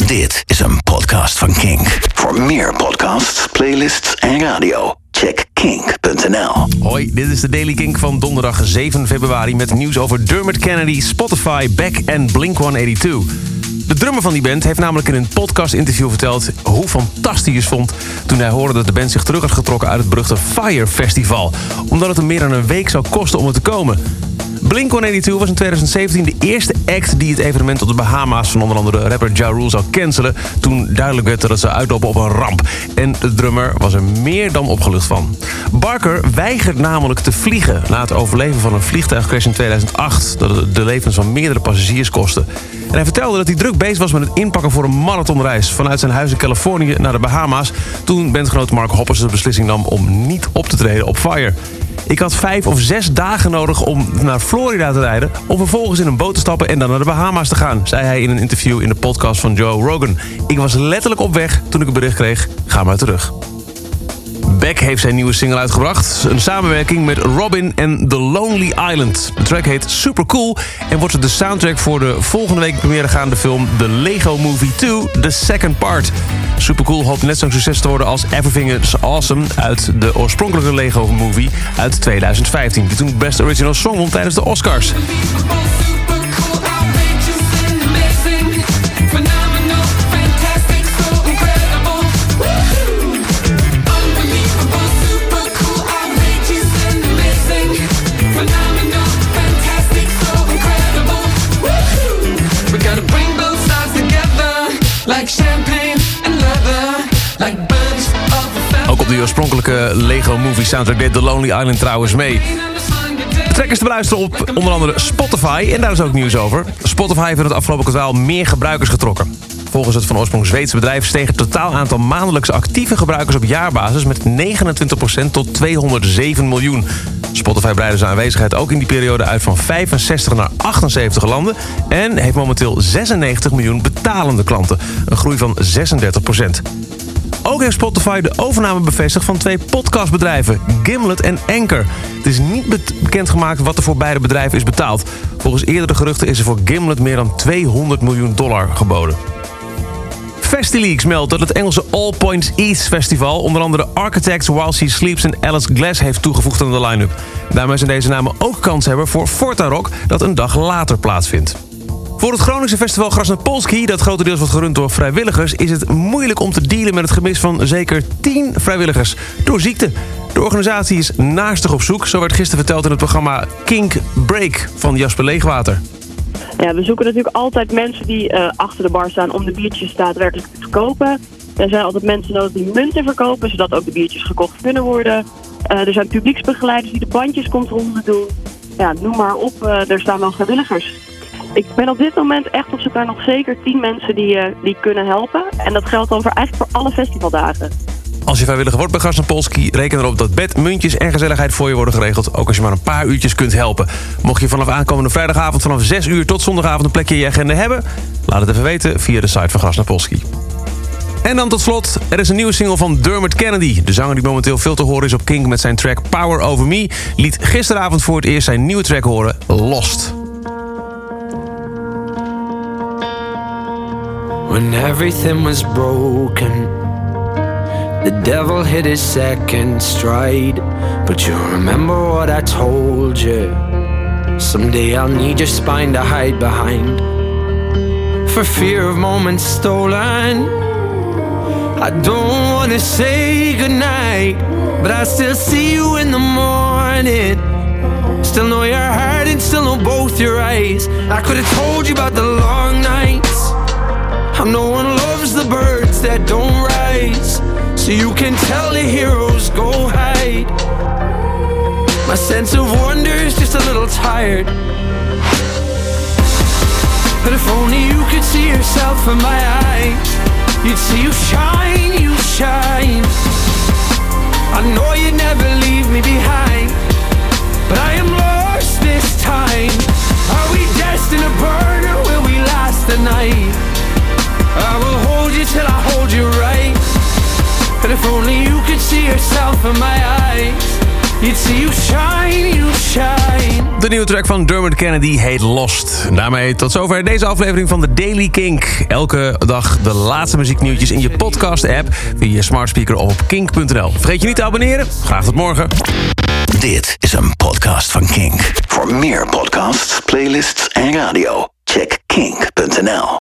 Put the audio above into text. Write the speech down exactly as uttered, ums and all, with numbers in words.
Dit is een podcast van Kink. Voor meer podcasts, playlists en radio, check kink punt n l. Hoi, dit is de Daily Kink van donderdag zeven februari... met nieuws over Dermot Kennedy, Spotify, Beck en Blink honderdtweeëntwintig. De drummer van die band heeft namelijk in een podcast-interview verteld... hoe fantastisch hij het vond toen hij hoorde dat de band zich terug had getrokken... uit het beruchte Fire Festival, omdat het hem meer dan een week zou kosten om er te komen. Blink honderdtweeëntwintig was in twintig zeventien de eerste act die het evenement op de Bahama's van onder andere rapper Ja Rule zou cancelen, toen duidelijk werd dat het zou uitlopen op een ramp. En de drummer was er meer dan opgelucht van. Barker weigert namelijk te vliegen na het overleven van een vliegtuigcrash in tweeduizend acht... dat de levens van meerdere passagiers kostte. En hij vertelde dat hij druk bezig was met het inpakken voor een marathonreis vanuit zijn huis in Californië naar de Bahama's, toen bandgenoot Mark Hoppers de beslissing nam om niet op te treden op Fire. Ik had vijf of zes dagen nodig om naar Florida te rijden, om vervolgens in een boot te stappen en dan naar de Bahama's te gaan, zei hij in een interview in de podcast van Joe Rogan. Ik was letterlijk op weg toen ik het bericht kreeg, ga maar terug. Beck heeft zijn nieuwe single uitgebracht. Een samenwerking met Robin en The Lonely Island. De track heet Super Cool en wordt de soundtrack voor de volgende week première gaande film The Lego Movie twee, The Second Part. Super Cool hoopt net zo'n succes te worden als Everything is Awesome uit de oorspronkelijke Lego Movie uit tweeduizend vijftien. Die toen Best Original Song won tijdens de Oscars. Ook op de oorspronkelijke Lego Movie soundtrack deed The Lonely Island trouwens mee. De track is te beluisteren op onder andere Spotify en daar is ook nieuws over. Spotify heeft in het afgelopen kwartaal meer gebruikers getrokken. Volgens het van oorsprong Zweedse bedrijf steeg het totaal aantal maandelijkse actieve gebruikers op jaarbasis met negenentwintig procent tot tweehonderdzeven miljoen. Spotify breidde zijn aanwezigheid ook in die periode uit van vijfenzestig naar achtenzeventig landen en heeft momenteel zesennegentig miljoen betalende klanten, een groei van zesendertig procent. Ook heeft Spotify de overname bevestigd van twee podcastbedrijven, Gimlet en Anchor. Het is niet be- bekendgemaakt wat er voor beide bedrijven is betaald. Volgens eerdere geruchten is er voor Gimlet meer dan tweehonderd miljoen dollar geboden. FestiLeaks meldt dat het Engelse All Points East Festival onder andere Architects, While She Sleeps en Alice Glass heeft toegevoegd aan de line-up. Daarmee zijn deze namen ook kans hebben voor Forta Rock, dat een dag later plaatsvindt. Voor het Groningse festival Krasnopolski, dat grotendeels wordt gerund door vrijwilligers, is het moeilijk om te dealen met het gemis van zeker tien vrijwilligers door ziekte. De organisatie is naastig op zoek, zo werd gisteren verteld in het programma Kink Break van Jasper Leegwater. Ja, we zoeken natuurlijk altijd mensen die uh, achter de bar staan om de biertjes daadwerkelijk te verkopen. Er zijn altijd mensen nodig die munten verkopen, zodat ook de biertjes gekocht kunnen worden. Uh, er zijn publieksbegeleiders die de bandjes controle doen. Ja, noem maar op, uh, er staan wel vrijwilligers. Ik ben op dit moment echt op zoek naar nog zeker tien mensen die, uh, die kunnen helpen. En dat geldt dan voor eigenlijk voor alle festivaldagen. Als je vrijwilliger wordt bij Krasnopolski, reken erop dat bed, muntjes en gezelligheid voor je worden geregeld. Ook als je maar een paar uurtjes kunt helpen. Mocht je vanaf aankomende vrijdagavond vanaf zes uur tot zondagavond een plekje in je agenda hebben, laat het even weten via de site van Krasnopolski. En dan tot slot, er is een nieuwe single van Dermot Kennedy. De zanger die momenteel veel te horen is op Kink met zijn track Power Over Me, liet gisteravond voor het eerst zijn nieuwe track horen, Lost. When everything was broken, the devil hit his second stride. But you remember what I told you, someday I'll need your spine to hide behind, for fear of moments stolen. I don't wanna say goodnight, but I still see you in the morning. Still know your heart and still know both your eyes. I could've told you about the long nights, how no one loves the birds that don't rise, so you can tell the heroes go hide. My sense of wonder is just a little tired, but if only you could see yourself in my eyes, you'd see you shine, you shine. I know you'd never leave me behind, but I am lost this time. Are we destined to burn or will we last the night? I will hold you till I hold you right, but if only you could see yourself in my eyes, you'd see you shine, you shine. De nieuwe track van Dermot Kennedy heet Lost. En daarmee tot zover deze aflevering van de Daily Kink. Elke dag de laatste muzieknieuwtjes in je podcast-app via je smart speaker of op kink punt n l. Vergeet je niet te abonneren. Graag tot morgen. Dit is een podcast van Kink. Voor meer podcasts, playlists en radio, check kink punt n l.